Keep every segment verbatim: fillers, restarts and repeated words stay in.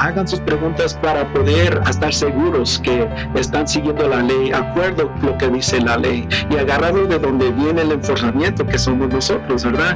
hagan sus preguntas para poder estar seguros que están siguiendo la ley, acuerdo con lo que dice la ley, y agarrarlo de donde viene el enforzamiento que somos nosotros, ¿verdad?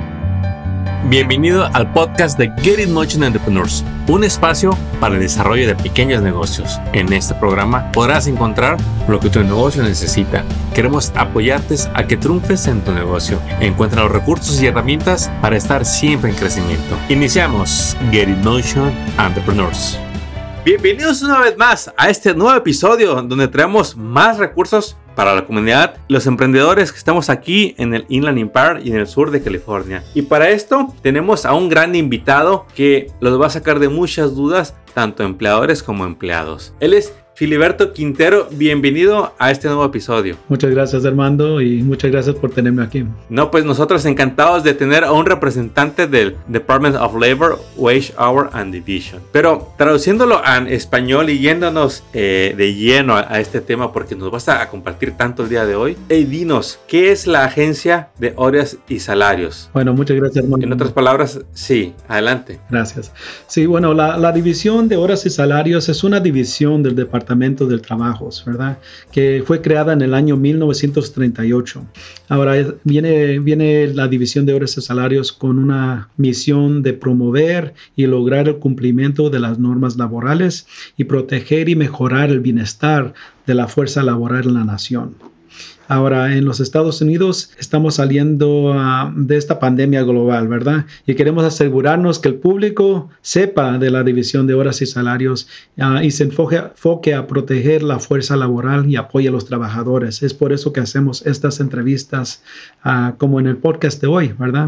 Bienvenido al podcast de Get In Motion Entrepreneurs, un espacio para el desarrollo de pequeños negocios. En este programa podrás encontrar lo que tu negocio necesita. Queremos apoyarte a que triunfes en tu negocio. Encuentra los recursos y herramientas para estar siempre en crecimiento. Iniciamos Get In Motion Entrepreneurs. Bienvenidos una vez más a este nuevo episodio donde traemos más recursos para la comunidad, los emprendedores que estamos aquí en el Inland Empire y en el sur de California. Y para esto tenemos a un gran invitado que los va a sacar de muchas dudas, tanto empleadores como empleados. Él es Filiberto Quintero. Bienvenido a este nuevo episodio. Muchas gracias, Armando, y muchas gracias por tenerme aquí. No, pues nosotros encantados de tener a un representante del Department of Labor, Wage, Hour and Division. Pero traduciéndolo a español y yéndonos eh, de lleno a, a este tema, porque nos vas a, a compartir tanto el día de hoy. Hey, dinos, ¿qué es la Agencia de Horas y Salarios? Bueno, muchas gracias, Armando. En otras palabras, sí, adelante. Gracias. Sí, bueno, la, la División de Horas y Salarios es una división del Departamento del Trabajo, ¿verdad? Que fue creada en el año mil novecientos treinta y ocho. Ahora viene, viene la División de Horas y Salarios con una misión de promover y lograr el cumplimiento de las normas laborales y proteger y mejorar el bienestar de la fuerza laboral en la nación. Ahora, en los Estados Unidos estamos saliendo uh, de esta pandemia global, ¿verdad? Y queremos asegurarnos que el público sepa de la División de Horas y Salarios uh, y se enfoque, enfoque a proteger la fuerza laboral y apoye a los trabajadores. Es por eso que hacemos estas entrevistas uh, como en el podcast de hoy, ¿verdad?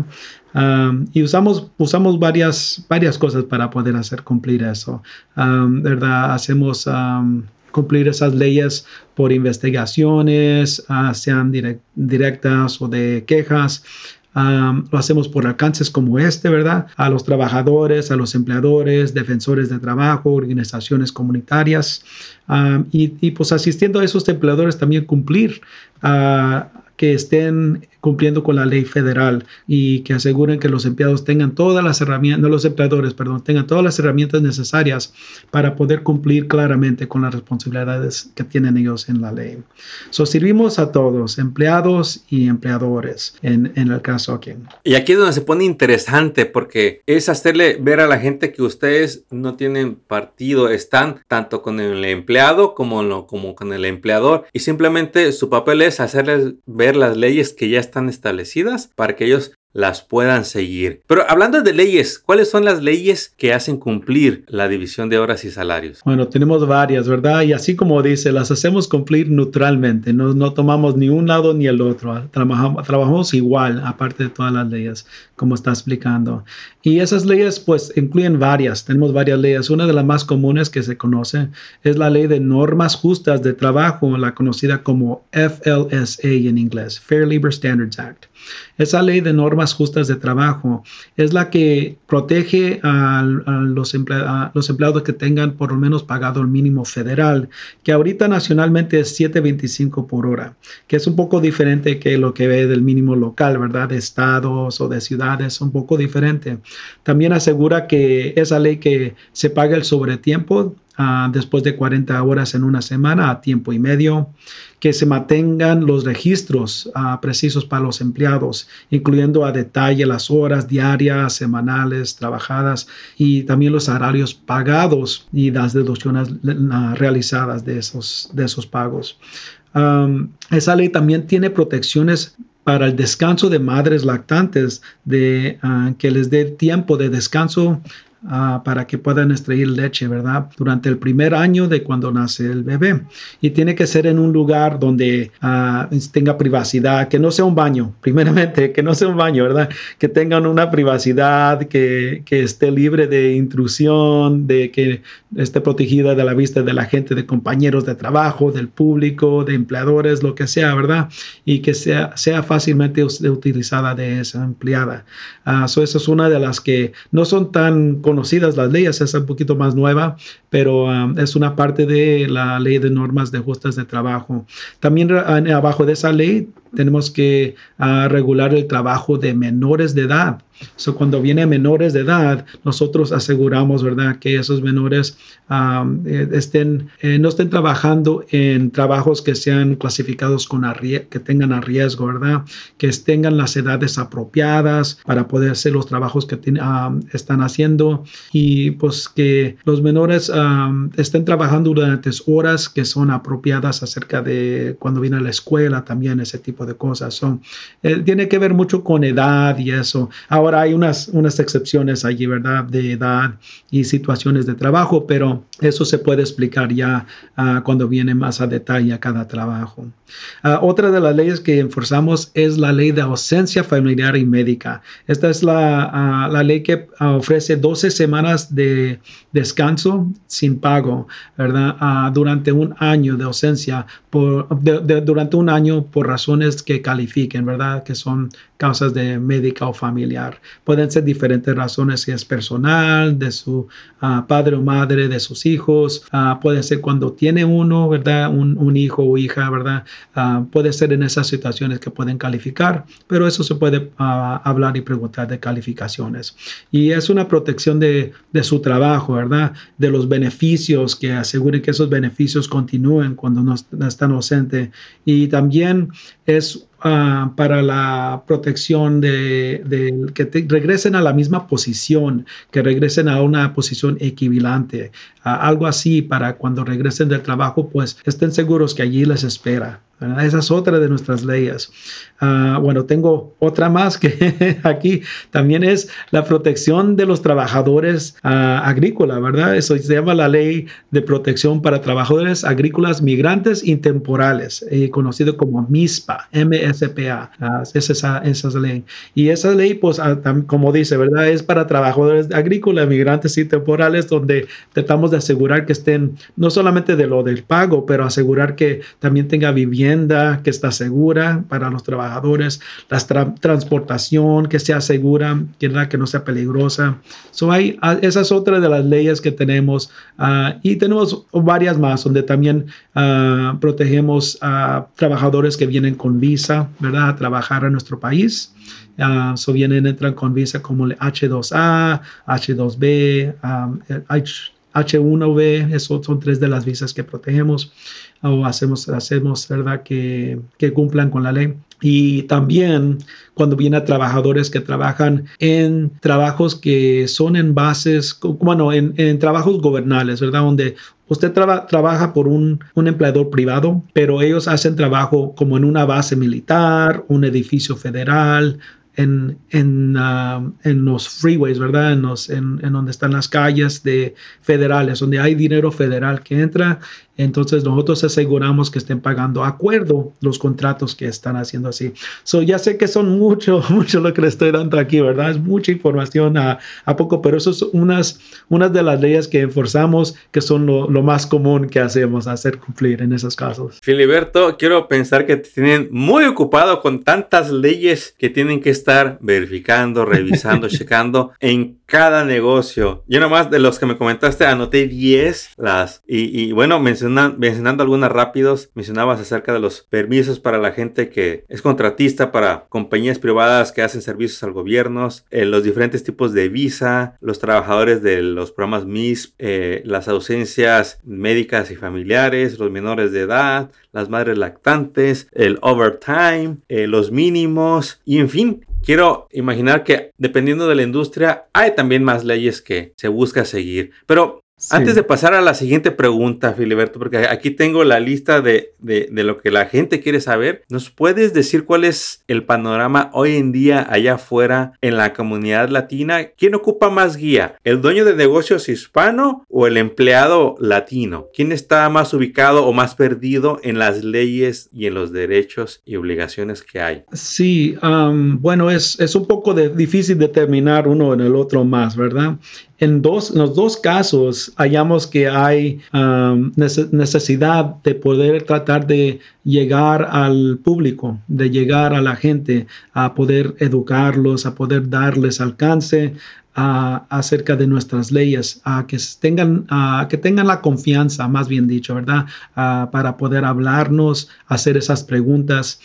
Um, y usamos, usamos varias, varias cosas para poder hacer cumplir eso, um, ¿verdad? Hacemos... Um, cumplir esas leyes por investigaciones, uh, sean direct, directas o de quejas. Um, lo hacemos por alcances como este, ¿verdad? A los trabajadores, a los empleadores, defensores de trabajo, organizaciones comunitarias um, y, y pues asistiendo a esos empleadores también cumplir uh, que estén cumpliendo con la ley federal y que aseguren que los empleados tengan todas las herramientas, no los empleadores, perdón, tengan todas las herramientas necesarias para poder cumplir claramente con las responsabilidades que tienen ellos en la ley. So, servimos a todos, empleados y empleadores, en, en el caso aquí. Y aquí es donde se pone interesante porque es hacerle ver a la gente que ustedes no tienen partido, están tanto con el empleado como, lo, como con el empleador y simplemente su papel es hacerles ver las leyes que ya están establecidas para que ellos las puedan seguir. Pero hablando de leyes, ¿cuáles son las leyes que hacen cumplir la División de Horas y Salarios? Bueno, tenemos varias, ¿verdad? Y así como dice, las hacemos cumplir neutralmente. No, no tomamos ni un lado ni el otro. Trabajamos, trabajamos igual, aparte de todas las leyes, como está explicando. Y esas leyes, pues, incluyen varias. Tenemos varias leyes. Una de las más comunes que se conoce es la Ley de Normas Justas de Trabajo, la conocida como F L S A en inglés, Fair Labor Standards Act. Esa ley de normas justas de trabajo es la que protege a, a, los, emple, a los empleados que tengan por lo menos pagado el mínimo federal, que ahorita nacionalmente es siete veinticinco por hora, que es un poco diferente que lo que ve del mínimo local, ¿verdad? De estados o de ciudades, un poco diferente. También asegura que esa ley que se paga el sobretiempo Uh, después de cuarenta horas en una semana a tiempo y medio, que se mantengan los registros uh, precisos para los empleados, incluyendo a detalle las horas diarias, semanales, trabajadas y también los salarios pagados y las deducciones uh, realizadas de esos, de esos pagos. Um, esa ley también tiene protecciones para el descanso de madres lactantes, de uh, que les dé tiempo de descanso Uh, para que puedan extraer leche, ¿verdad? Durante el primer año de cuando nace el bebé. Y tiene que ser en un lugar donde uh, tenga privacidad, que no sea un baño, primeramente, que no sea un baño, ¿verdad? Que tengan una privacidad, que, que esté libre de intrusión, de que esté protegida de la vista de la gente, de compañeros de trabajo, del público, de empleadores, lo que sea, ¿verdad? Y que sea, sea fácilmente utilizada de esa empleada. Uh, so esa es una de las que no son tan conocidas las leyes, es un poquito más nueva, pero um, es una parte de la ley de normas de justas de trabajo. También abajo de esa ley tenemos que uh, regular el trabajo de menores de edad. So, cuando vienen menores de edad, nosotros aseguramos, ¿verdad?, que esos menores um, estén, eh, no estén trabajando en trabajos que sean clasificados con arrie- que tengan a riesgo, ¿verdad?, que tengan las edades apropiadas para poder hacer los trabajos que ten, um, están haciendo, y pues que los menores um, estén trabajando durante horas que son apropiadas acerca de cuando viene a la escuela, también ese tipo de cosas. So, eh, tiene que ver mucho con edad y eso. Ahora, Ahora hay unas, unas excepciones allí, ¿verdad?, de edad y situaciones de trabajo, pero eso se puede explicar ya uh, cuando viene más a detalle a cada trabajo. Uh, otra de las leyes que enforzamos es la ley de ausencia familiar y médica. Esta es la, uh, la ley que uh, ofrece doce semanas de descanso sin pago, ¿verdad?, uh, durante un año de ausencia, por, de, de, durante un año por razones que califiquen, ¿verdad?, que son causas de médica o familiar. Pueden ser diferentes razones, si es personal, de su uh, padre o madre, de sus hijos. Uh, puede ser cuando tiene uno, ¿verdad?, un, un hijo o hija, ¿verdad? Uh, puede ser en esas situaciones que pueden calificar, pero eso se puede uh, hablar y preguntar de calificaciones. Y es una protección de, de su trabajo, ¿verdad?, de los beneficios, que aseguren que esos beneficios continúen cuando no, no están ausentes. Y también es Uh, para la protección de, de que te, regresen a la misma posición, que regresen a una posición equivalente, uh, algo así, para cuando regresen del trabajo, pues estén seguros que allí les espera, ¿verdad? Esa es otra de nuestras leyes. Uh, bueno, tengo otra más que aquí también es la protección de los trabajadores uh, agrícolas, ¿verdad? Eso se llama la Ley de Protección para Trabajadores Agrícolas Migrantes Intemporales, eh, conocido como MISPA, M S P A, uh, es esa, esa ley. Y esa ley, pues, uh, tam, como dice, ¿verdad?, es para trabajadores agrícolas, migrantes intemporales, donde tratamos de asegurar que estén, no solamente de lo del pago, pero asegurar que también tenga vivienda que está segura para los trabajadores, la tra transportación que sea segura, que, que no sea peligrosa. So, hay, uh, esa es otra de las leyes que tenemos, uh, y tenemos varias más, donde también uh, protegemos a trabajadores que vienen con visa, ¿verdad?, a trabajar en nuestro país. Uh, so vienen, entran con visa como el H dos A, H dos B, um, H uno B, esos son tres de las visas que protegemos o hacemos, hacemos ¿verdad?, que, que cumplan con la ley. Y también cuando vienen trabajadores que trabajan en trabajos que son en bases, bueno, en, en trabajos gubernales, ¿verdad?, donde usted traba, trabaja por un, un empleador privado, pero ellos hacen trabajo como en una base militar, un edificio federal, en, en, uh, en los freeways, ¿verdad?, en, los, en, en donde están las calles de federales, donde hay dinero federal que entra. Entonces nosotros aseguramos que estén pagando de acuerdo los contratos que están haciendo así. So, ya sé que son mucho, mucho lo que le estoy dando aquí, ¿verdad? Es mucha información a, a poco, pero eso es unas, unas de las leyes que enforzamos, que son lo, lo más común que hacemos, hacer cumplir en esos casos. Filiberto, quiero pensar que te tienen muy ocupado con tantas leyes que tienen que estar verificando, revisando, checando en cada negocio. Yo nomás de los que me comentaste anoté diez las y, y bueno, mencionando Mencionando algunas rápidos, mencionabas acerca de los permisos para la gente que es contratista para compañías privadas que hacen servicios al gobierno, eh, los diferentes tipos de visa, los trabajadores de los programas M I S P, eh, las ausencias médicas y familiares, los menores de edad, las madres lactantes, el overtime, eh, los mínimos y en fin. Quiero imaginar que dependiendo de la industria hay también más leyes que se busca seguir, pero sí. Antes de pasar a la siguiente pregunta, Filiberto, porque aquí tengo la lista de, de, de lo que la gente quiere saber, ¿nos puedes decir cuál es el panorama hoy en día allá afuera en la comunidad latina? ¿Quién ocupa más guía? ¿El dueño de negocios hispano o el empleado latino? ¿Quién está más ubicado o más perdido en las leyes y en los derechos y obligaciones que hay? Sí, um, bueno, es, es un poco de, difícil determinar uno en el otro más, ¿verdad? En, dos, en los dos casos hallamos que hay um, necesidad de poder tratar de llegar al público, de llegar a la gente, a poder educarlos, a poder darles alcance uh, acerca de nuestras leyes, a que tengan, uh, que tengan la confianza, más bien dicho, ¿verdad? Uh, para poder hablarnos, hacer esas preguntas.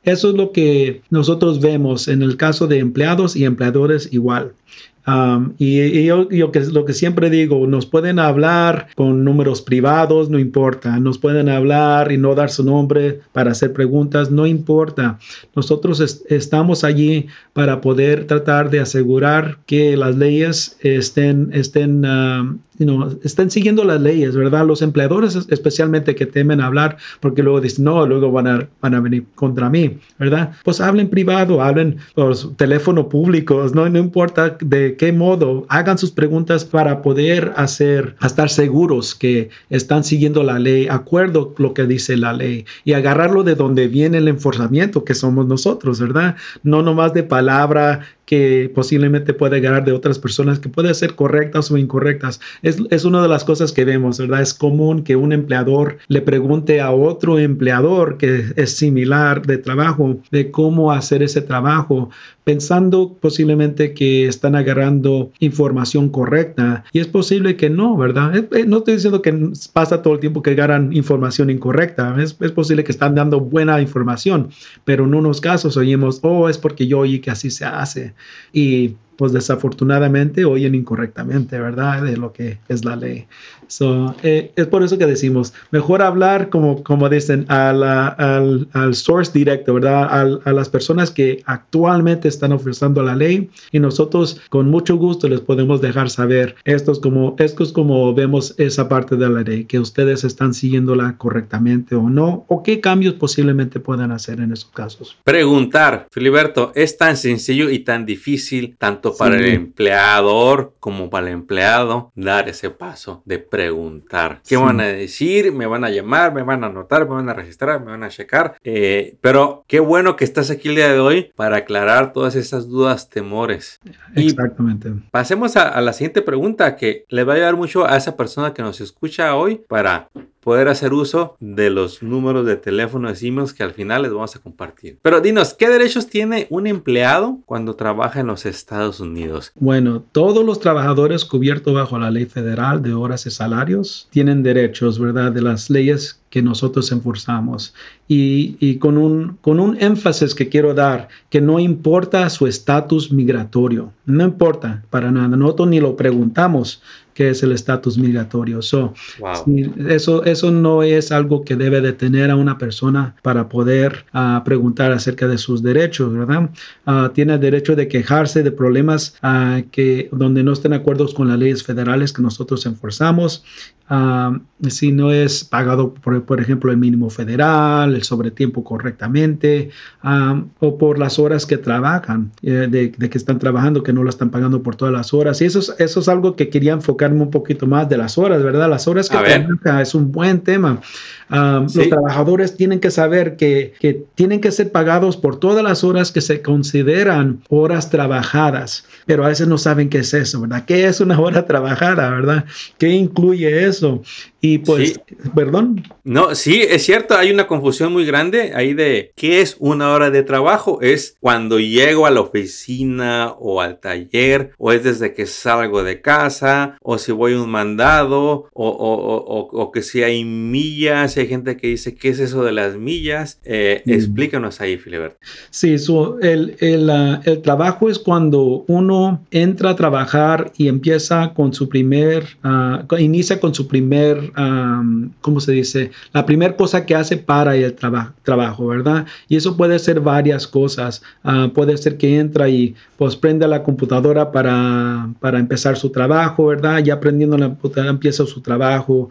eso es lo que nosotros vemos en el caso de empleados y empleadores igual. Um, y, y yo, yo que, lo que siempre digo, nos pueden hablar con números privados, no importa, nos pueden hablar y no dar su nombre para hacer preguntas, no importa. Nosotros est- estamos allí para poder tratar de asegurar que las leyes estén, estén, um, you know, estén siguiendo las leyes, ¿verdad? Los empleadores especialmente que temen hablar porque luego dicen, no, luego van a, van a venir contra mí, ¿verdad? Pues hablen privado, hablen por teléfono públicos, no, no importa de qué modo, hagan sus preguntas para poder hacer, estar seguros que están siguiendo la ley, acuerdo lo que dice la ley y agarrarlo de donde viene el enforzamiento que somos nosotros, ¿verdad? No nomás de palabra que posiblemente puede agarrar de otras personas que pueden ser correctas o incorrectas. Es, es una de las cosas que vemos, ¿verdad? Es común que un empleador le pregunte a otro empleador que es similar de trabajo, de cómo hacer ese trabajo, pensando posiblemente que están agarrando información correcta y es posible que no, ¿verdad? No estoy diciendo que pasa todo el tiempo que agarran información incorrecta, es, es posible que están dando buena información, pero en unos casos oímos, oh, es porque yo oí que así se hace y pues desafortunadamente oyen incorrectamente, ¿verdad? De lo que es la ley. So, eh, es por eso que decimos, mejor hablar, como, como dicen, a la, al, al source directo, ¿verdad? Al, a las personas que actualmente están ofreciendo la ley y nosotros con mucho gusto les podemos dejar saber, esto es como, esto es como vemos esa parte de la ley, que ustedes están siguiéndola correctamente o no, o qué cambios posiblemente puedan hacer en esos casos. Preguntar, Filiberto, es tan sencillo y tan difícil, tanto para sí. el empleador como para el empleado, dar ese paso de preguntar. ¿Qué sí. van a decir? ¿Me van a llamar? ¿Me van a anotar? ¿Me van a registrar? ¿Me van a checar? Eh, pero qué bueno que estás aquí el día de hoy para aclarar todas esas dudas, temores. Exactamente. Y pasemos a, a la siguiente pregunta que le va a ayudar mucho a esa persona que nos escucha hoy para poder hacer uso de los números de teléfono de Siemens que al final les vamos a compartir. Pero dinos, ¿qué derechos tiene un empleado cuando trabaja en los Estados Unidos? Bueno, todos los trabajadores cubiertos bajo la ley federal de horas y salarios tienen derechos, ¿verdad? De las leyes que nosotros enforzamos. Y, y con, un, con un énfasis que quiero dar, que no importa su estatus migratorio, no importa para nada, nosotros ni lo preguntamos qué es el estatus migratorio. So, wow. si eso, eso no es algo que debe detener a una persona para poder uh, preguntar acerca de sus derechos, ¿verdad? Uh, tiene el derecho de quejarse de problemas uh, que, donde no estén de acuerdo con las leyes federales que nosotros enforzamos. Uh, si no es pagado, por, por ejemplo, el mínimo federal, el sobretiempo correctamente, um, o por las horas que trabajan, eh, de, de que están trabajando, que no lo están pagando por todas las horas. Y eso es, eso es algo que quería enfocarme un poquito más de las horas, ¿verdad? Las horas que trabaja es un buen tema. Um, sí. Los trabajadores tienen que saber que, que tienen que ser pagados por todas las horas que se consideran horas trabajadas, pero a veces no saben qué es eso, ¿verdad? ¿Qué es una hora trabajada, verdad? ¿Qué incluye eso? Y pues, sí. perdón. No, sí, es cierto, hay una confusión muy grande ahí de qué es una hora de trabajo. ¿Es cuando llego a la oficina o al taller? ¿O es desde que salgo de casa? ¿O si voy a un mandado? ¿O, o, o, o que si hay millas? Hay gente que dice, ¿qué es eso de las millas? Eh, mm. Explícanos ahí, Filiberto. Sí, so, el, el, uh, el trabajo es cuando uno entra a trabajar y empieza con su primer, uh, inicia con su primer Um, ¿cómo se dice? La primera cosa que hace para el traba- trabajo, ¿verdad? Y eso puede ser varias cosas. Uh, puede ser que entra y pues prende la computadora para, para empezar su trabajo, ¿verdad? Ya prendiendo la computadora empieza su trabajo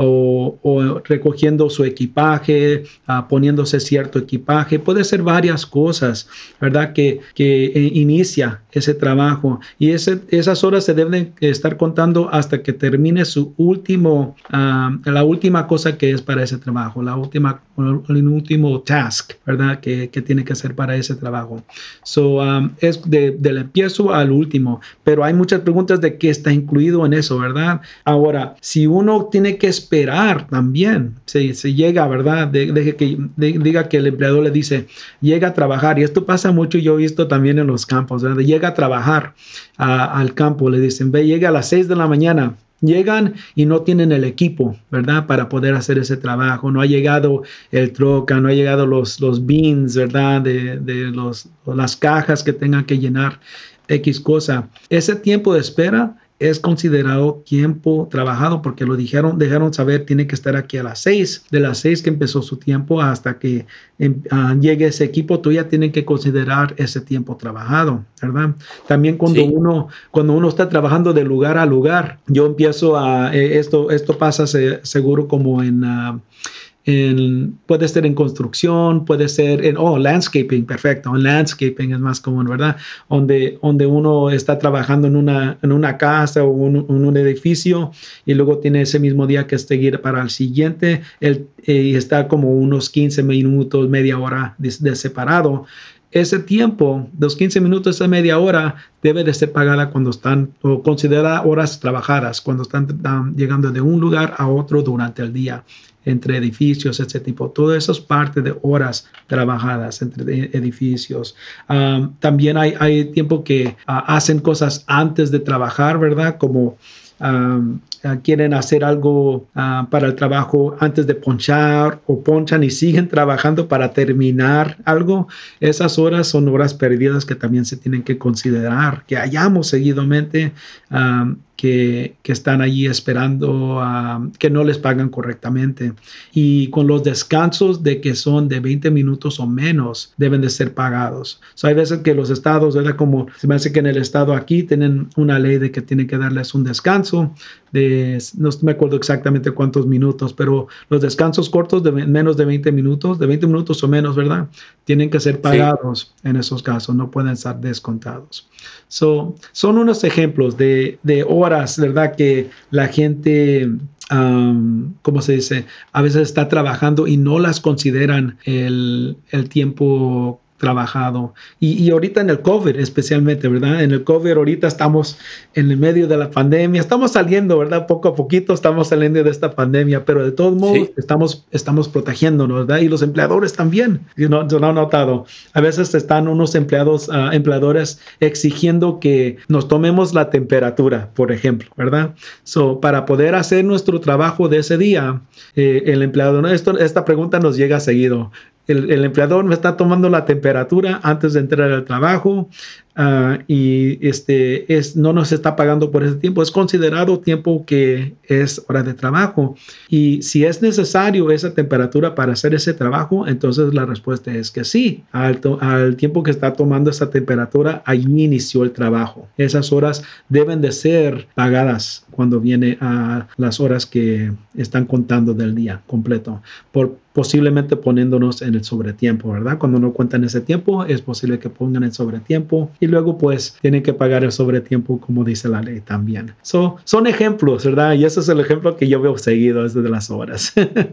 o, o recogiendo su equipaje, uh, poniéndose cierto equipaje. Puede ser varias cosas, ¿verdad? Que, que eh, inicia ese trabajo y ese, esas horas se deben estar contando hasta que termine su último uh, la última cosa que es para ese trabajo, la última, el último task, ¿verdad? Que, que tiene que hacer para ese trabajo. So, um, es de, del empiezo al último, pero hay muchas preguntas de qué está incluido en eso, ¿verdad? Ahora, si uno tiene que esperar también, se, se llega, ¿verdad? De, de que, de, diga que el empleador le dice, llega a trabajar, y esto pasa mucho, yo he visto también en los campos, ¿verdad? Llega a trabajar a, al campo, le dicen, ve, llega a las seis de la mañana, llegan y no tienen el equipo, ¿verdad? Para poder hacer ese trabajo. No ha llegado el troca, no ha llegado los, los bins, ¿verdad? De, de los, las cajas que tengan que llenar X cosa. Ese tiempo de espera es considerado tiempo trabajado porque lo dijeron, dejaron saber, tiene que estar aquí a las seis, de las seis que empezó su tiempo hasta que uh, llegue ese equipo, tú ya tienes que considerar ese tiempo trabajado, ¿verdad? También cuando sí. uno cuando uno está trabajando de lugar a lugar, yo empiezo a, eh, esto, esto pasa se, seguro como en... Uh, En, puede ser en construcción, puede ser en, oh, landscaping, perfecto, en landscaping es más común, ¿verdad? Donde, donde uno está trabajando en una, en una casa o un, en un edificio y luego tiene ese mismo día que seguir para el siguiente el, eh, y está como unos quince minutos, media hora de, de separado. Ese tiempo, los quince minutos a media hora, debe de ser pagada cuando están, o considerada horas trabajadas, cuando están um, llegando de un lugar a otro durante el día, entre edificios, ese tipo. Todo eso es parte de horas trabajadas entre edificios. Um, también hay, hay tiempo que uh, hacen cosas antes de trabajar, ¿verdad? Como Um, uh, quieren hacer algo uh, para el trabajo antes de ponchar o ponchan y siguen trabajando para terminar algo. Esas horas son horas perdidas que también se tienen que considerar, que hayamos seguidamente um, que, que están allí esperando uh, que no les pagan correctamente. Y con los descansos de que son de veinte minutos o menos deben de ser pagados. So, hay veces que los estados, ¿verdad? Como se me hace que en el estado aquí tienen una ley de que tienen que darles un descanso de, no me acuerdo exactamente cuántos minutos, pero los descansos cortos de menos de veinte minutos, de veinte minutos o menos, ¿verdad? Tienen que ser pagados sí. En esos casos, no pueden estar descontados. So, son unos ejemplos de, de horas, ¿verdad? Que la gente, um, ¿cómo se dice? A veces está trabajando y no las consideran el, el tiempo trabajado. Y, y ahorita en el COVID especialmente, ¿verdad? En el COVID ahorita estamos en el medio de la pandemia, estamos saliendo, ¿verdad? Poco a poquito estamos saliendo de esta pandemia, pero de todos modos sí. estamos, estamos protegiéndonos, ¿verdad? Y los empleadores también, yo no, yo no he notado. A veces están unos empleados, uh, empleadores exigiendo que nos tomemos la temperatura, por ejemplo, ¿verdad? So, para poder hacer nuestro trabajo de ese día, eh, el empleador, ¿no? Esto, esta pregunta nos llega seguido. El, el empleador me está tomando la temperatura antes de entrar al trabajo uh, y este, es, no nos está pagando por ese tiempo. Es considerado tiempo que es hora de trabajo. Y si es necesario esa temperatura para hacer ese trabajo, entonces la respuesta es que sí. Al, to, al tiempo que está tomando esa temperatura, allí inició el trabajo. Esas horas deben de ser pagadas cuando viene a las horas que están contando del día completo. Por posiblemente poniéndonos en el sobretiempo, ¿verdad? Cuando no cuentan ese tiempo, es posible que pongan el sobretiempo y luego pues tienen que pagar el sobretiempo como dice la ley también. So, son ejemplos, ¿verdad? Y ese es el ejemplo que yo veo seguido desde las horas.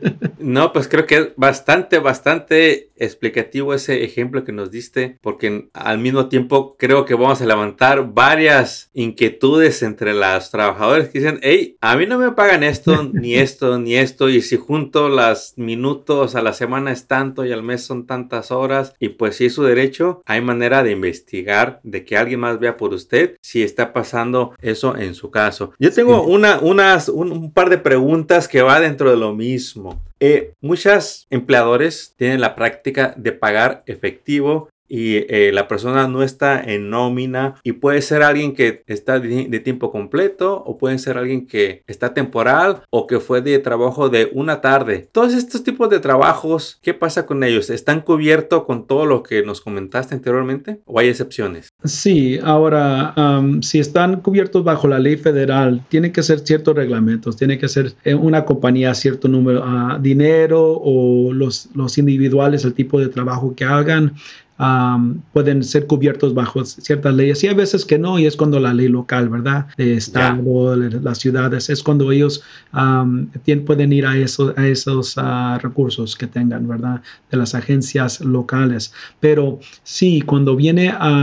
No, pues creo que es bastante, bastante explicativo ese ejemplo que nos diste, porque al mismo tiempo creo que vamos a levantar varias inquietudes entre los trabajadores que dicen, hey, a mí no me pagan esto, ni esto, ni esto, y si junto las minutos a la semana es tanto y al mes son tantas horas, y pues si es su derecho, hay manera de investigar, de que alguien más vea por usted si está pasando eso en su caso. Yo tengo sí. una, unas, un, un par de preguntas que va dentro de lo mismo. Eh, muchos empleadores tienen la práctica de pagar efectivo y eh, la persona no está en nómina, y puede ser alguien que está de, de tiempo completo, o puede ser alguien que está temporal o que fue de trabajo de una tarde. Todos estos tipos de trabajos, ¿qué pasa con ellos? ¿Están cubiertos con todo lo que nos comentaste anteriormente o hay excepciones? Sí, ahora um, si están cubiertos bajo la ley federal, tienen que ser ciertos reglamentos, tiene que ser eh, una compañía cierto número de uh, dinero, o los, los individuales, el tipo de trabajo que hagan. Um, pueden ser cubiertos bajo ciertas leyes, y hay veces que no, y es cuando la ley local, ¿verdad? De estado, yeah. las ciudades, es cuando ellos um, tienen, pueden ir a, eso, a esos uh, recursos que tengan, ¿verdad? De las agencias locales. Pero sí, cuando viene a los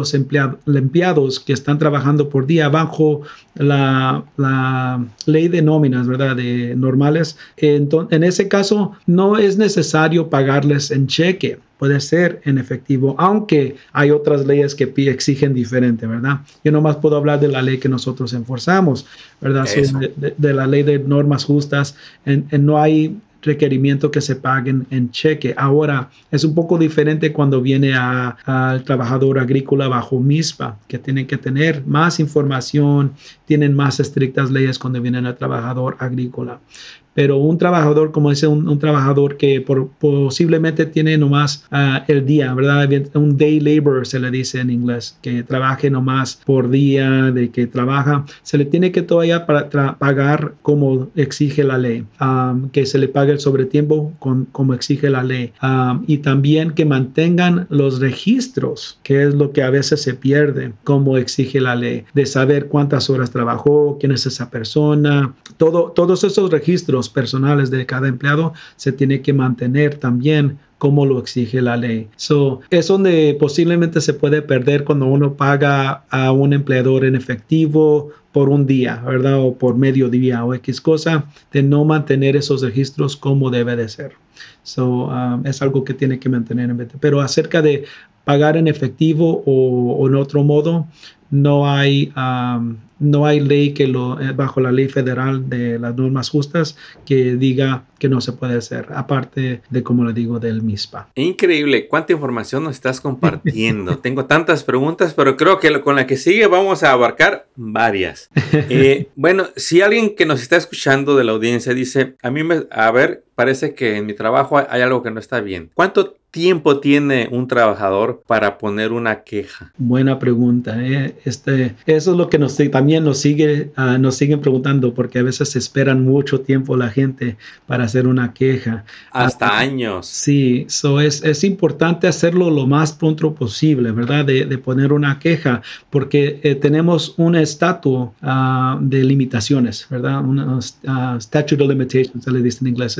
los empleado, empleados que están trabajando por día bajo la, la ley de nóminas, ¿verdad? De normales. Entonces, en ese caso, no es necesario pagarles en cheque. Puede ser en efectivo, aunque hay otras leyes que exigen diferente, ¿verdad? Yo nomás puedo hablar de la ley que nosotros enforzamos, ¿verdad? So, de, de, de la ley de normas justas. En, en no hay requerimiento que se paguen en cheque. Ahora, es un poco diferente cuando viene al trabajador agrícola bajo MISPA, que tienen que tener más información, tienen más estrictas leyes cuando vienen al trabajador agrícola. Pero un trabajador, como dice, un, un trabajador que por, posiblemente tiene nomás uh, el día, ¿verdad? Un day laborer se le dice en inglés, que trabaje nomás por día, de que trabaja, se le tiene que todavía para tra- pagar como exige la ley, um, que se le pague el sobretiempo con, como exige la ley, um, y también que mantengan los registros, que es lo que a veces se pierde, como exige la ley, de saber cuántas horas trabajó, quién es esa persona, todo, todos esos registros personales de cada empleado se tiene que mantener también como lo exige la ley. So, es donde posiblemente se puede perder cuando uno paga a un empleador en efectivo por un día, ¿verdad? O por medio día o X cosa, de no mantener esos registros como debe de ser. So, um, es algo que tiene que mantener en mente. Pero acerca de pagar en efectivo o, o en otro modo, no hay, um, no hay ley que lo, bajo la ley federal de las normas justas que diga que no se puede hacer, aparte de, como le digo, del MISPA. Increíble, cuánta información nos estás compartiendo. Tengo tantas preguntas, pero creo que con la que sigue vamos a abarcar varias. Eh, bueno, si alguien que nos está escuchando de la audiencia dice, a mí me, a ver, parece que en mi trabajo hay algo que no está bien. ¿Cuánto tiempo tiene un trabajador para poner una queja? Buena pregunta. ¿eh? Este, eso es lo que nos, también nos, sigue, uh, nos siguen preguntando, porque a veces se esperan mucho tiempo la gente para hacer una queja. Hasta uh, años. Sí, so es, es importante hacerlo lo más pronto posible, ¿verdad? De, de poner una queja, porque eh, tenemos un estatus uh, de limitaciones, ¿verdad? Un uh, statute of limitations, se le dice en inglés.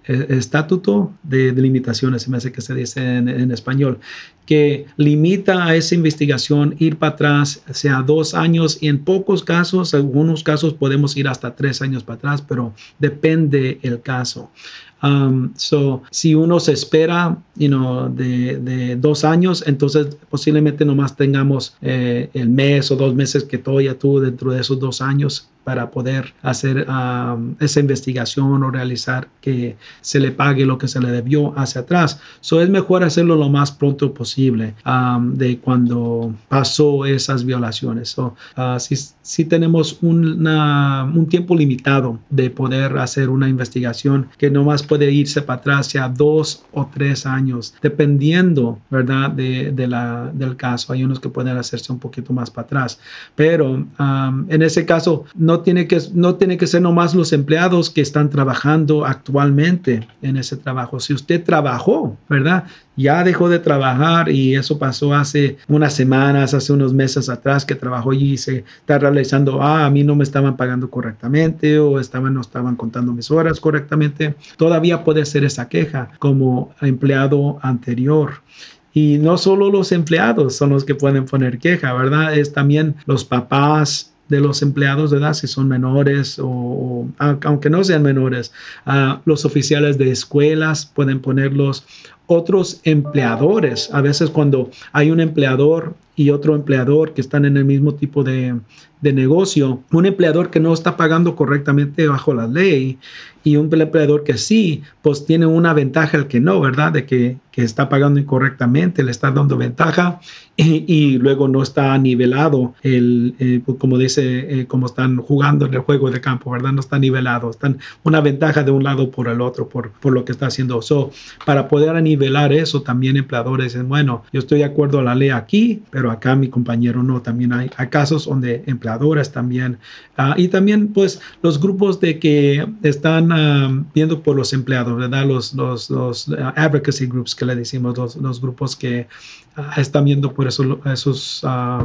Estatuto de, de limitaciones, se me hace que se dice en, en español, que limita a esa investigación ir para atrás, sea dos años, y en pocos casos, en algunos casos podemos ir hasta tres años para atrás, pero depende el caso. Um, so, si uno se espera, you know, de, de dos años, entonces posiblemente nomás tengamos eh, el mes o dos meses que todavía tú dentro de esos dos años para poder hacer um, esa investigación o realizar que se le pague lo que se le debió hacia atrás. So, es mejor hacerlo lo más pronto posible um, de cuando pasó esas violaciones. So, uh, si, si tenemos una, un tiempo limitado de poder hacer una investigación que nomás puede irse para atrás ya dos o tres años, dependiendo, ¿verdad? De, de la, del caso. Hay unos que pueden hacerse un poquito más para atrás, pero um, en ese caso no tiene que, no tiene que ser nomás los empleados que están trabajando actualmente en ese trabajo. Si usted trabajó, ¿verdad? Ya dejó de trabajar y eso pasó hace unas semanas, hace unos meses atrás que trabajó y se está realizando, ah, a mí no me estaban pagando correctamente o estaban, no estaban contando mis horas correctamente. Todavía puede ser esa queja como empleado anterior. Y no solo los empleados son los que pueden poner queja, ¿verdad? Es también los papás de los empleados, ¿verdad? Si son menores o, o aunque no sean menores, uh, los oficiales de escuelas pueden ponerlos, otros empleadores. A veces cuando hay un empleador y otro empleador que están en el mismo tipo de, de negocio, un empleador que no está pagando correctamente bajo la ley y un empleador que sí, pues tiene una ventaja el que no, ¿verdad? De que, que está pagando incorrectamente, le está dando ventaja y, y luego no está nivelado, el, eh, como dice, eh, como están jugando en el juego de campo, ¿verdad? No está nivelado, están una ventaja de un lado por el otro, por, por lo que está haciendo. So, para poder nivelar eso, también empleadores dicen, bueno, yo estoy de acuerdo a la ley aquí, pero acá mi compañero no. También hay, hay casos donde empleadores también, uh, y también pues los grupos de que están uh, viendo por los empleados, ¿verdad? Los, los, los uh, advocacy groups que le decimos, los, los grupos que uh, están viendo por eso, esos um,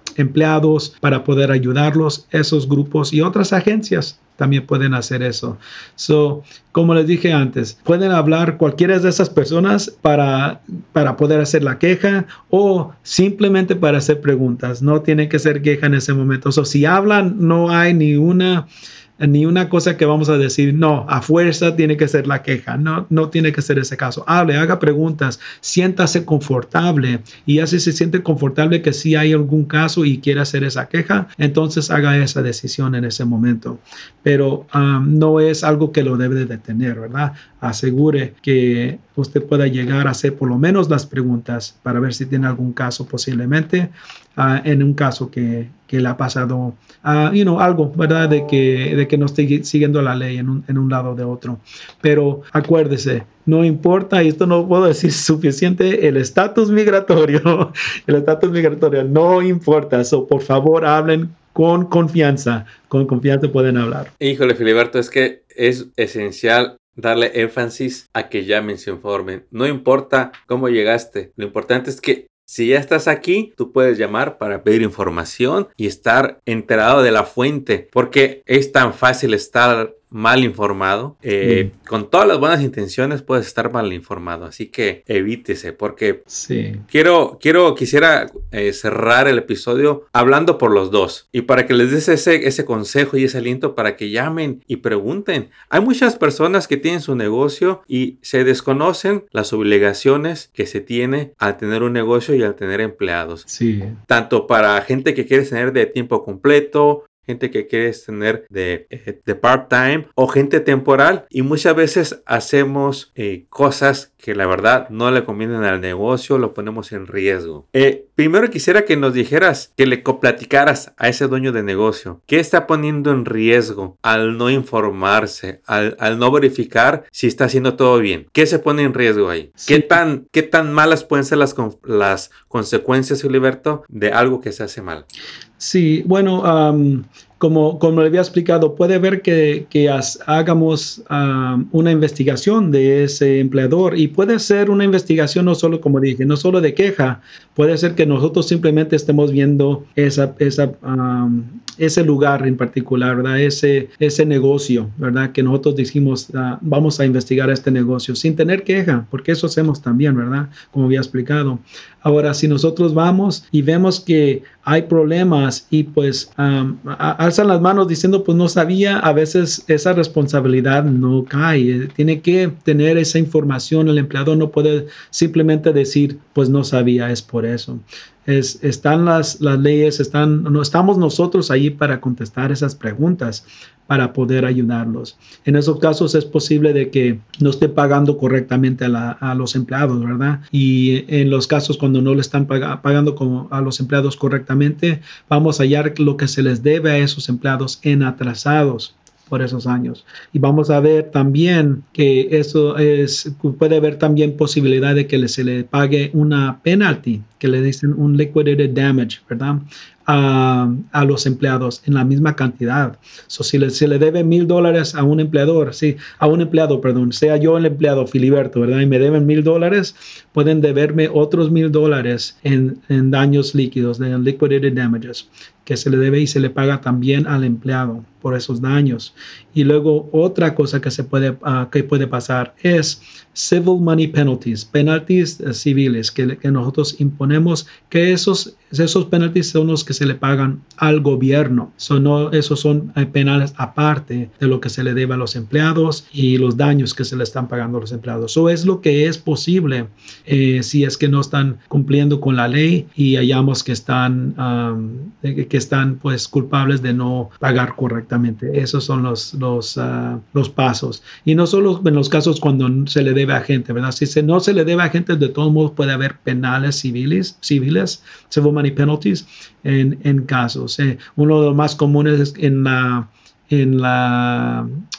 empleados para poder ayudarlos, esos grupos y otras agencias también pueden hacer eso. So, como les dije antes, pueden hablar cualquiera de esas personas para, para poder hacer la queja o simplemente para hacer preguntas. No tiene que ser queja en ese momento. So, si hablan, no hay ni una... ni una cosa que vamos a decir, no, a fuerza tiene que ser la queja. No, no tiene que ser ese caso. Hable, haga preguntas, siéntase confortable. Y así se siente confortable que si hay algún caso y quiere hacer esa queja, entonces haga esa decisión en ese momento. Pero um, no es algo que lo debe de tener, ¿verdad? Asegure que usted pueda llegar a hacer por lo menos las preguntas para ver si tiene algún caso posiblemente. Uh, en un caso que, que le ha pasado uh, you know, algo, ¿verdad? De que, de que no esté siguiendo la ley en un, en un lado o de otro. Pero acuérdese, no importa, y esto no puedo decir suficiente, el estatus migratorio, el estatus migratorio no importa. So, por favor, hablen con confianza. Con confianza pueden hablar. Híjole, Filiberto, es que es esencial darle énfasis a que llamen, se informen. No importa cómo llegaste, lo importante es que si ya estás aquí, tú puedes llamar para pedir información y estar enterado de la fuente, porque es tan fácil estar mal informado. Eh, mm. Con todas las buenas intenciones puedes estar mal informado, así que evítese, porque sí. quiero, quiero, quisiera eh, cerrar el episodio hablando por los dos y para que les des ese, ese consejo y ese aliento para que llamen y pregunten. Hay muchas personas que tienen su negocio y se desconocen las obligaciones que se tiene al tener un negocio y al tener empleados. Sí. Tanto para gente que quiere tener de tiempo completo, gente que quieres tener de, de part-time o gente temporal, y muchas veces hacemos eh, cosas que la verdad no le convienen al negocio, lo ponemos en riesgo. Eh, primero quisiera que nos dijeras, que le platicaras a ese dueño de negocio, ¿qué está poniendo en riesgo al no informarse, al, al no verificar si está haciendo todo bien? ¿Qué se pone en riesgo ahí? Sí. ¿Qué tan, qué tan malas pueden ser las, las consecuencias, Filiberto, de algo que se hace mal? Sí, bueno, um, como, como le había explicado, puede ver que, que has, hagamos um, una investigación de ese empleador, y puede ser una investigación no solo, como dije, no solo de queja, puede ser que nosotros simplemente estemos viendo esa, esa, um, ese lugar en particular, ¿verdad? Ese, ese negocio, ¿verdad? Que nosotros dijimos, uh, vamos a investigar este negocio sin tener queja, porque eso hacemos también, ¿verdad? Como había explicado. Ahora, si nosotros vamos y vemos que hay problemas y pues um, alzan las manos diciendo pues no sabía, a veces esa responsabilidad no cae. Tiene que tener esa información. El empleador no puede simplemente decir pues no sabía, es por eso. Es, están las, las leyes, están, no estamos nosotros ahí para contestar esas preguntas, para poder ayudarlos. En esos casos es posible de que no esté pagando correctamente a, la, a los empleados, ¿verdad? Y en los casos cuando no le están pag- pagando como a los empleados correctamente, vamos a hallar lo que se les debe a esos empleados en atrasados por esos años. Y vamos a ver también que eso es, puede haber también posibilidad de que se le pague una penalty, que le dicen un liquidated damage, ¿verdad? A, a los empleados en la misma cantidad. So, si le, se le debe mil dólares a un empleador, sí, a un empleado, perdón, sea yo el empleado Filiberto, ¿verdad? Y me deben mil dólares, pueden deberme otros mil dólares en, en daños líquidos, en liquidated damages, que se le debe y se le paga también al empleado por esos daños. Y luego otra cosa que se puede, uh, que puede pasar es civil money penalties, penalties uh, civiles que, que nosotros imponemos, que esos, esos penalties son los que se le pagan al gobierno. So, no, esos son uh, penales aparte de lo que se le debe a los empleados y los daños que se le están pagando a los empleados. Eso es lo que es posible eh, si es que no están cumpliendo con la ley y hallamos que están, um, que están pues culpables de no pagar correctamente. Esos son los, los, uh, los pasos. Y no solo en los casos cuando se le debe a gente, ¿verdad? Si se, no se le debe a gente, de todos modos puede haber penales civiles, civiles civil money penalties, en, en casos. Eh, uno de los más comunes es en la, en la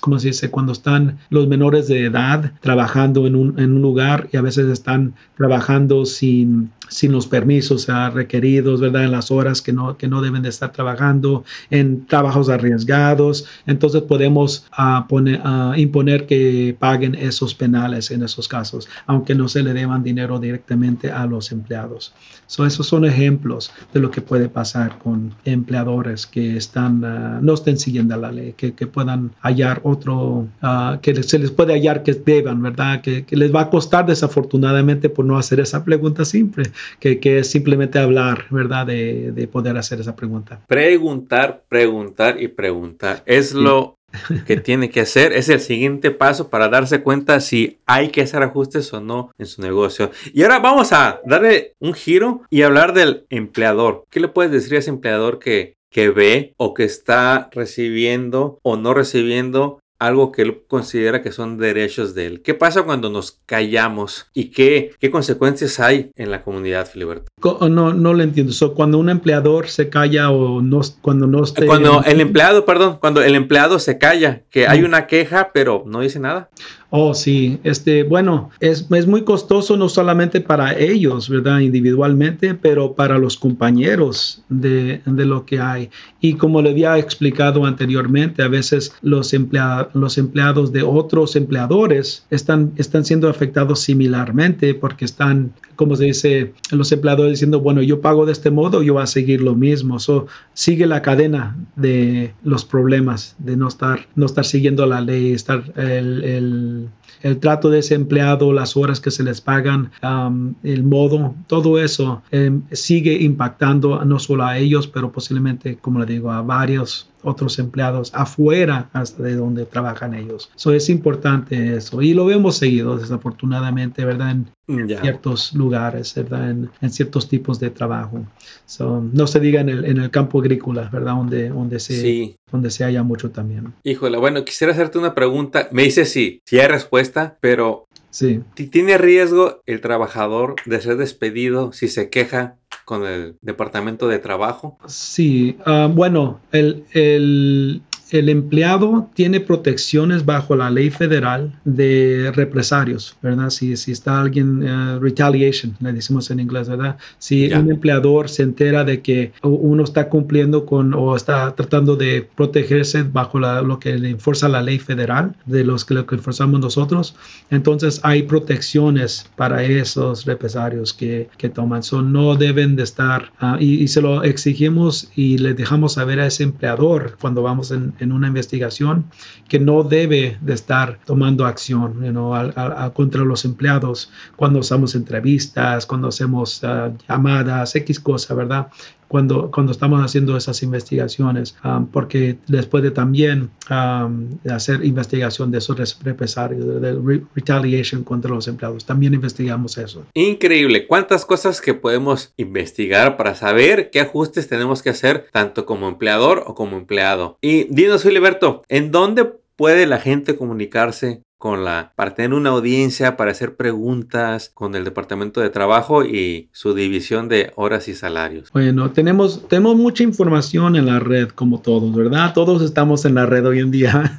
¿cómo se dice? Cuando están los menores de edad trabajando en un, en un lugar y a veces están trabajando sin, sin los permisos uh, requeridos, ¿verdad? En las horas que no, que no deben de estar trabajando, en trabajos arriesgados. Entonces podemos uh, poner, uh, imponer que paguen esos penales en esos casos, aunque no se le deban dinero directamente a los empleados. So, esos son ejemplos de lo que puede pasar con empleadores que están, uh, no estén siguiendo la ley, que, que puedan hallar otro, uh, que se les puede hallar que deban, ¿verdad? Que, que les va a costar desafortunadamente por no hacer esa pregunta simple, que, que es simplemente hablar, ¿verdad? De, de poder hacer esa pregunta. Preguntar, preguntar y preguntar. Es sí. lo que tiene que hacer. Es el siguiente paso para darse cuenta si hay que hacer ajustes o no en su negocio. Y ahora vamos a darle un giro y hablar del empleador. ¿Qué le puedes decir a ese empleador que, que ve o que está recibiendo o no recibiendo algo que él considera que son derechos de él? ¿Qué pasa cuando nos callamos? ¿Y qué, qué consecuencias hay en la comunidad, Filiberto? No, no lo entiendo. So, cuando un empleador se calla o no, cuando no esté... Cuando el empleado, perdón, cuando el empleado se calla, que hay una queja, pero no dice nada. Oh, sí. Este, bueno, es, es muy costoso no solamente para ellos, ¿verdad? Individualmente, pero para los compañeros de, de lo que hay. Y como le había explicado anteriormente, a veces los, emplea, los empleados de otros empleadores están, están siendo afectados similarmente porque están, como se dice, los empleadores diciendo, bueno, yo pago de este modo, yo voy a seguir lo mismo. So, sigue la cadena de los problemas, de no estar, no estar siguiendo la ley, estar el, el el trato de ese empleado, las horas que se les pagan, um, el modo, todo eso eh, sigue impactando no solo a ellos, pero posiblemente, como le digo, a varios otros empleados afuera hasta de donde trabajan ellos. So, es importante eso y lo vemos seguido, desafortunadamente, ¿verdad? En yeah. ciertos lugares, ¿verdad? En, en ciertos tipos de trabajo. So, no se diga en el, en el campo agrícola, ¿verdad? Donde, donde, se, sí. donde se halla mucho también. Híjole, bueno, quisiera hacerte una pregunta. Me dice sí, sí hay respuesta, pero sí. ¿tiene riesgo el trabajador de ser despedido si se queja con el departamento de trabajo? Sí, uh, bueno, el, el, el empleado tiene protecciones bajo la ley federal de represalios, ¿verdad? Si, si está alguien, uh, retaliation, le decimos en inglés, ¿verdad? Si yeah. un empleador se entera de que uno está cumpliendo con o está tratando de protegerse bajo la, lo que le enforza la ley federal, de los que lo que enforzamos nosotros, entonces hay protecciones para esos represalios que, que toman. So, no deben de estar, uh, y, y se lo exigimos y le dejamos saber a ese empleador cuando vamos en en una investigación que no debe de estar tomando acción you know, a, a, a contra los empleados cuando hacemos entrevistas, cuando hacemos uh, llamadas, X cosa, ¿verdad? Cuando, cuando estamos haciendo esas investigaciones, um, porque les puede también um, hacer investigación de esos represalios, de, de re- retaliation contra los empleados. También investigamos eso. Increíble. ¿Cuántas cosas que podemos investigar para saber qué ajustes tenemos que hacer tanto como empleador o como empleado? Y dinos, Filiberto, ¿en dónde puede la gente comunicarse con la, para tener una audiencia, para hacer preguntas con el Departamento de Trabajo y su división de horas y salarios? Bueno, tenemos, tenemos mucha información en la red, como todos, ¿verdad? Todos estamos en la red hoy en día.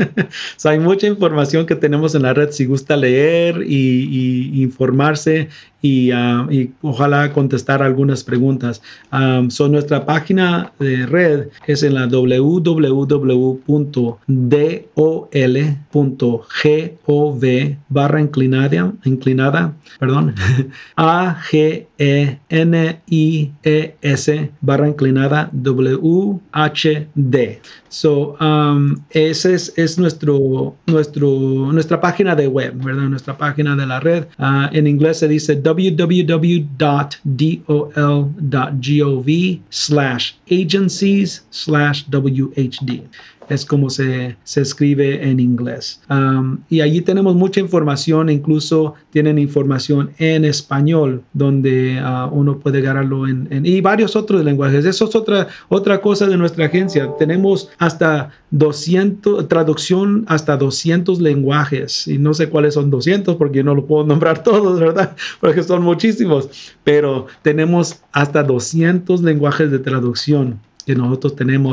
O sea, hay mucha información que tenemos en la red si gusta leer y, y informarse y, uh, y ojalá contestar algunas preguntas. Um, so nuestra página de red es en la doble u doble u doble u punto dol punto gov barra inclinada, inclinada, perdón, A G E N I E S barra inclinada W H D. So, um, ese es, es nuestro, nuestro, nuestra página de web, ¿verdad? Nuestra página de la red. Uh, en inglés se dice w w w punto dol punto gov slash agencies slash W H D. Es como se, se escribe en inglés. Um, y allí tenemos mucha información, incluso tienen información en español, donde uh, uno puede agarrarlo en, en, y varios otros lenguajes. Eso es otra, otra cosa de nuestra agencia. Tenemos hasta doscientos, traducción hasta doscientos lenguajes, y no sé cuáles son doscientos porque no lo puedo nombrar todos, ¿verdad? Porque son muchísimos, pero tenemos hasta doscientos lenguajes de traducción que nosotros tenemos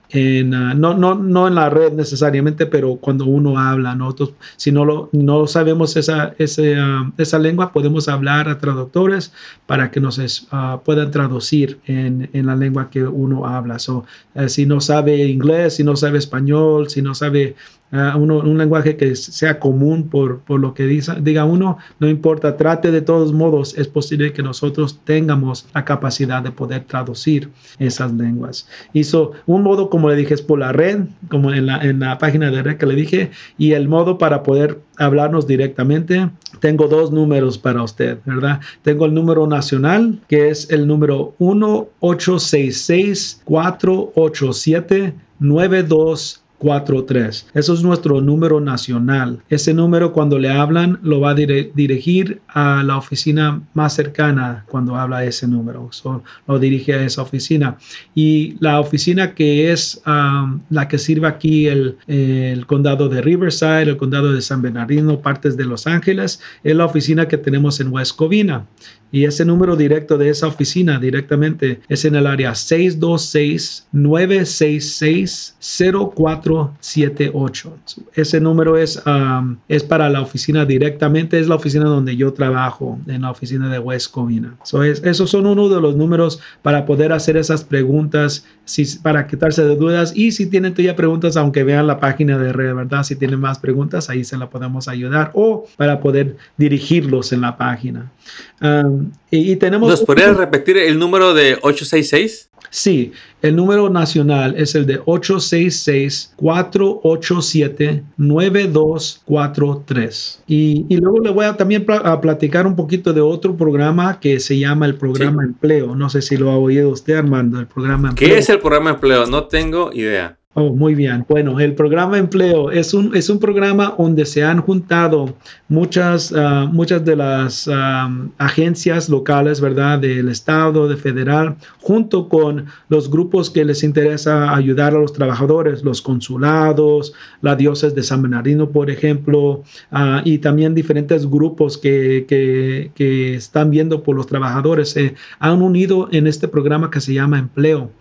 en, uh, no, no, no en la red necesariamente, pero cuando uno habla, nosotros, si no, lo, no sabemos esa, ese, uh, esa lengua, podemos hablar a traductores para que nos uh, puedan traducir en, en la lengua que uno habla. So, uh, si no sabe inglés, si no sabe español, si no sabe Uh, uno, un lenguaje que sea común por, por lo que diga, diga uno, no importa, trate de todos modos, es posible que nosotros tengamos la capacidad de poder traducir esas lenguas. Y so, un modo, como le dije, es por la red, como en la, en la página de red que le dije, y el modo para poder hablarnos directamente, tengo dos números para usted, ¿verdad? Tengo el número nacional, que es el número uno ocho seis seis, cuatro ocho siete, nueve dos cuatro tres. Eso es nuestro número nacional. Ese número, cuando le hablan, lo va a dire- dirigir a la oficina más cercana cuando habla ese número. So, lo dirige a esa oficina. Y la oficina que es um, la que sirve aquí el, el condado de Riverside, el condado de San Bernardino, partes de Los Ángeles, es la oficina que tenemos en West Covina. Y ese número directo de esa oficina directamente es en el área seis dos seis, nueve seis seis, cero cuatro siete ocho. Ese número es, um, es para la oficina directamente, es la oficina donde yo trabajo, en la oficina de West Covina. So es, esos son uno de los números para poder hacer esas preguntas, si, para quitarse de dudas. Y si tienen todavía preguntas, aunque vean la página de red, ¿verdad? Si tienen más preguntas, ahí se la podemos ayudar o para poder dirigirlos en la página. Um, y, y tenemos... ¿Nos podrías repetir el número de ocho seis seis? Sí, el número nacional es el de ocho seis seis, cuatro ocho siete, nueve dos cuatro tres. Y, y luego le voy a también pl- a platicar un poquito de otro programa que se llama el programa Sí. Empleo. No sé si lo ha oído usted, Armando, el programa Empleo. ¿Qué es el programa Empleo? No tengo idea. Oh, muy bien. Bueno, el programa Empleo es un, es un programa donde se han juntado muchas, uh, muchas de las um, agencias locales, ¿verdad? Del estado, de federal, junto con los grupos que les interesa ayudar a los trabajadores, los consulados, la diócesis de San Bernardino, por ejemplo, uh, y también diferentes grupos que, que, que están viendo por los trabajadores. Se han unido en este programa que se llama Empleo.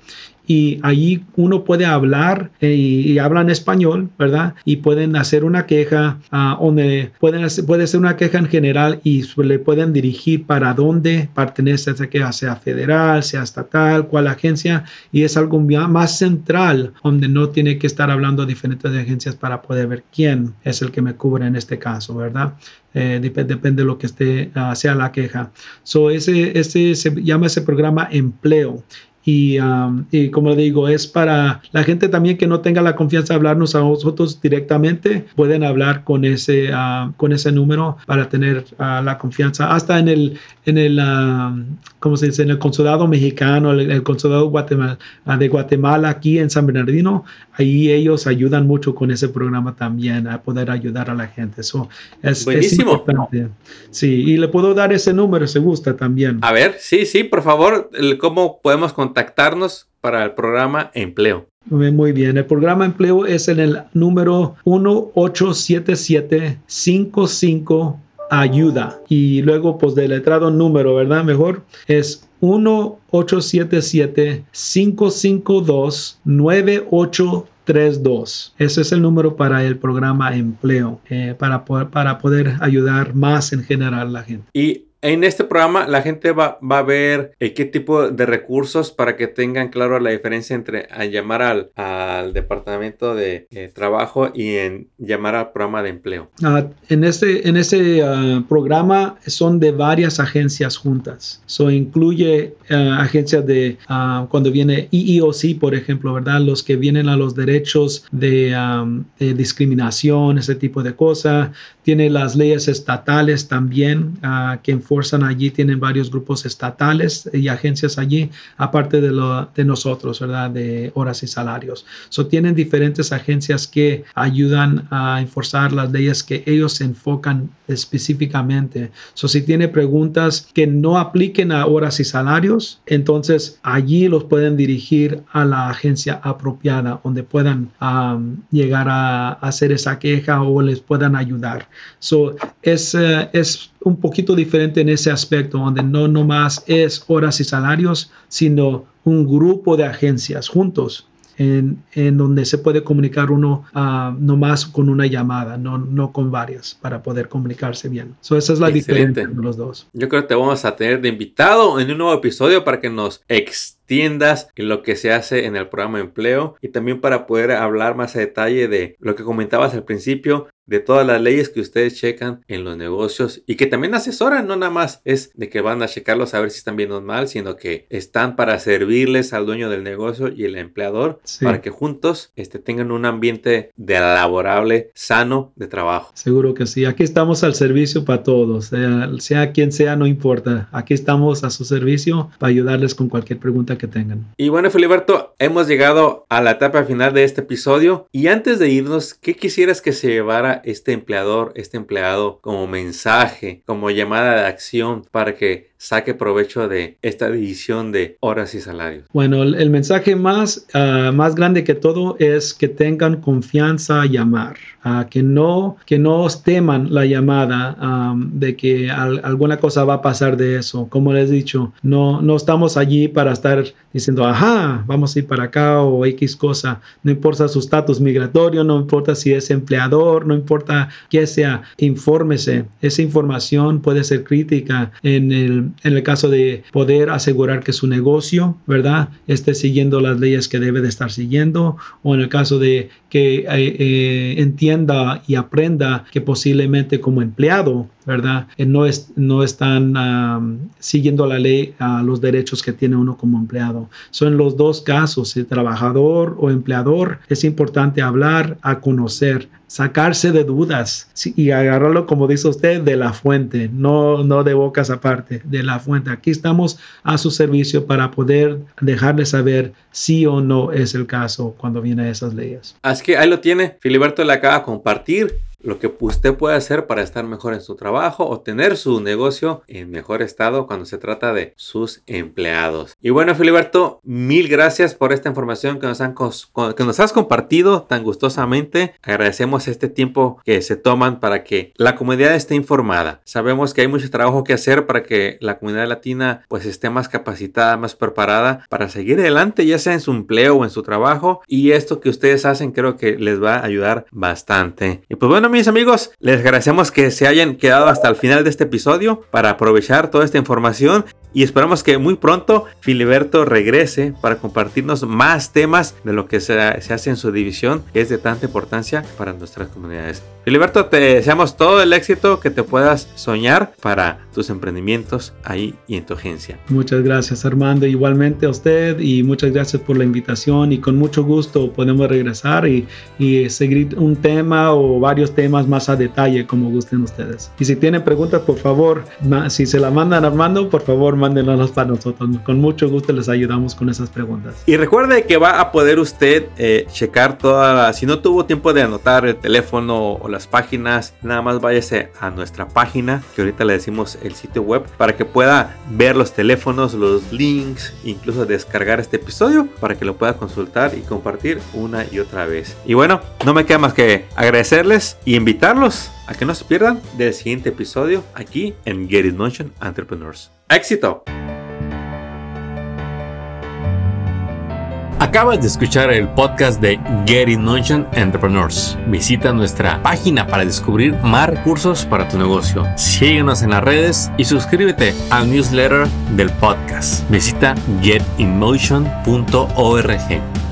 Y allí uno puede hablar eh, y, y hablan español, ¿verdad? Y pueden hacer una queja, uh, donde pueden hacer, puede ser una queja en general y le pueden dirigir para dónde pertenece esa queja, sea federal, sea estatal, cuál agencia, y es algo más central, donde no tiene que estar hablando a diferentes agencias para poder ver quién es el que me cubre en este caso, ¿verdad? Eh, dep- depende de lo que esté, uh, sea la queja. So ese, ese se llama ese programa Empleo. Y, um, y como digo, es para la gente también que no tenga la confianza de hablarnos a nosotros directamente, pueden hablar con ese, uh, con ese número para tener uh, la confianza. Hasta en el, en el uh, ¿cómo se dice? En el consulado mexicano, el, el consulado Guatemala, uh, de Guatemala aquí en San Bernardino, ahí ellos ayudan mucho con ese programa también a poder ayudar a la gente. Eso es, Buenísimo. Es importante. Sí, y le puedo dar ese número si gusta también. A ver, sí, sí, por favor, el- ¿cómo podemos contactarnos para el programa Empleo? Muy bien, el programa Empleo es en el número uno ocho siete siete, cinco cinco ayuda. Y luego, pues, deletrado número, ¿verdad? Mejor es uno ocho siete siete, cinco cinco dos, nueve ocho tres dos. Ese es el número para el programa Empleo, eh, para, poder, para poder ayudar más en general a la gente. Y en este programa la gente va, va a ver eh, qué tipo de recursos para que tengan claro la diferencia entre a llamar al, al departamento de eh, trabajo y en llamar al programa de empleo. Uh, en este, en este uh, programa son de varias agencias juntas. So incluye uh, agencias de uh, cuando viene E E O C, por ejemplo, ¿verdad? Los que vienen a los derechos de, um, de discriminación, ese tipo de cosas. Tiene las leyes estatales también uh, que enforzan allí. Tienen varios grupos estatales y agencias allí, aparte de, lo, de nosotros, ¿verdad? De horas y salarios. So tienen diferentes agencias que ayudan a enforzar las leyes que ellos se enfocan específicamente. So si tiene preguntas que no apliquen a horas y salarios, entonces allí los pueden dirigir a la agencia apropiada donde puedan um, llegar a, a hacer esa queja o les puedan ayudar. So, es, uh, es un poquito diferente en ese aspecto, donde no nomás es horas y salarios, sino un grupo de agencias juntos en, en donde se puede comunicar uno uh, nomás con una llamada, no, no con varias, para poder comunicarse bien. So, esa es la Excelente. diferencia entre los dos. Yo creo que te vamos a tener de invitado en un nuevo episodio para que nos extiendas en lo que se hace en el programa de empleo y también para poder hablar más a detalle de lo que comentabas al principio, de todas las leyes que ustedes checan en los negocios y que también asesoran. No nada más es de que van a checarlos a ver si están bien o mal, sino que están para servirles al dueño del negocio y el empleador, sí, para que juntos este, tengan un ambiente de laborable, sano de trabajo. Seguro que sí. Aquí estamos al servicio para todos, sea, sea quien sea, no importa. Aquí estamos a su servicio para ayudarles con cualquier pregunta que tengan. Y bueno, Filiberto, hemos llegado a la etapa final de este episodio y antes de irnos, ¿qué quisieras que se llevara este empleador, este empleado como mensaje, como llamada de acción para que saque provecho de esta división de horas y salarios? Bueno, el, el mensaje más, uh, más grande que todo es que tengan confianza a llamar, uh, que no que no teman la llamada um, de que al, alguna cosa va a pasar de eso. Como les he dicho, no, no estamos allí para estar diciendo, ajá, vamos a ir para acá o X cosa. No importa su estatus migratorio, no importa si es empleador, no importa qué sea, infórmese. Esa información puede ser crítica en el en el caso de poder asegurar que su negocio, ¿verdad?, esté siguiendo las leyes que debe de estar siguiendo, o en el caso de que eh, eh, entienda y aprenda que posiblemente como empleado, ¿verdad?, eh, no, es, no están um, siguiendo la ley, uh, los derechos que tiene uno como empleado. Son los dos casos, si trabajador o empleador, es importante hablar, a conocer, sacarse de dudas, sí, y agarrarlo, como dice usted, de la fuente, no, no de bocas aparte, de la fuente. Aquí estamos a su servicio para poder dejarle saber sí o no es el caso cuando vienen esas leyes. Así que ahí lo tiene, Filiberto le acaba de compartir lo que usted puede hacer para estar mejor en su trabajo o tener su negocio en mejor estado cuando se trata de sus empleados. Y bueno, Filiberto, mil gracias por esta información que nos, han, que nos has compartido tan gustosamente. Agradecemos este tiempo que se toman para que la comunidad esté informada. Sabemos que hay mucho trabajo que hacer para que la comunidad latina pues esté más capacitada, más preparada para seguir adelante, ya sea en su empleo o en su trabajo. Y esto que ustedes hacen creo que les va a ayudar bastante. Y pues bueno, mis amigos, les agradecemos que se hayan quedado hasta el final de este episodio para aprovechar toda esta información y esperamos que muy pronto Filiberto regrese para compartirnos más temas de lo que se, se hace en su división, que es de tanta importancia para nuestras comunidades. Filiberto, te deseamos todo el éxito que te puedas soñar para tus emprendimientos ahí y en tu agencia. Muchas gracias, Armando, igualmente a usted, y muchas gracias por la invitación, y con mucho gusto podemos regresar y, y seguir un tema o varios temas más a detalle como gusten ustedes. Y si tienen preguntas, por favor, si se la mandan a Armando, por favor mándenlas para nosotros, con mucho gusto les ayudamos con esas preguntas. Y recuerde que va a poder usted eh, checar toda la, si no tuvo tiempo de anotar el teléfono o las páginas, nada más váyase a nuestra página, que ahorita le decimos el sitio web, para que pueda ver los teléfonos, los links, incluso descargar este episodio para que lo pueda consultar y compartir una y otra vez. Y bueno, no me queda más que agradecerles y invitarlos a que no se pierdan del siguiente episodio aquí en Get It Motion Entrepreneurs. ¡Éxito! Acabas de escuchar el podcast de Get It Motion Entrepreneurs. Visita nuestra página para descubrir más recursos para tu negocio. Síguenos en las redes y suscríbete al newsletter del podcast. Visita get in motion punto org.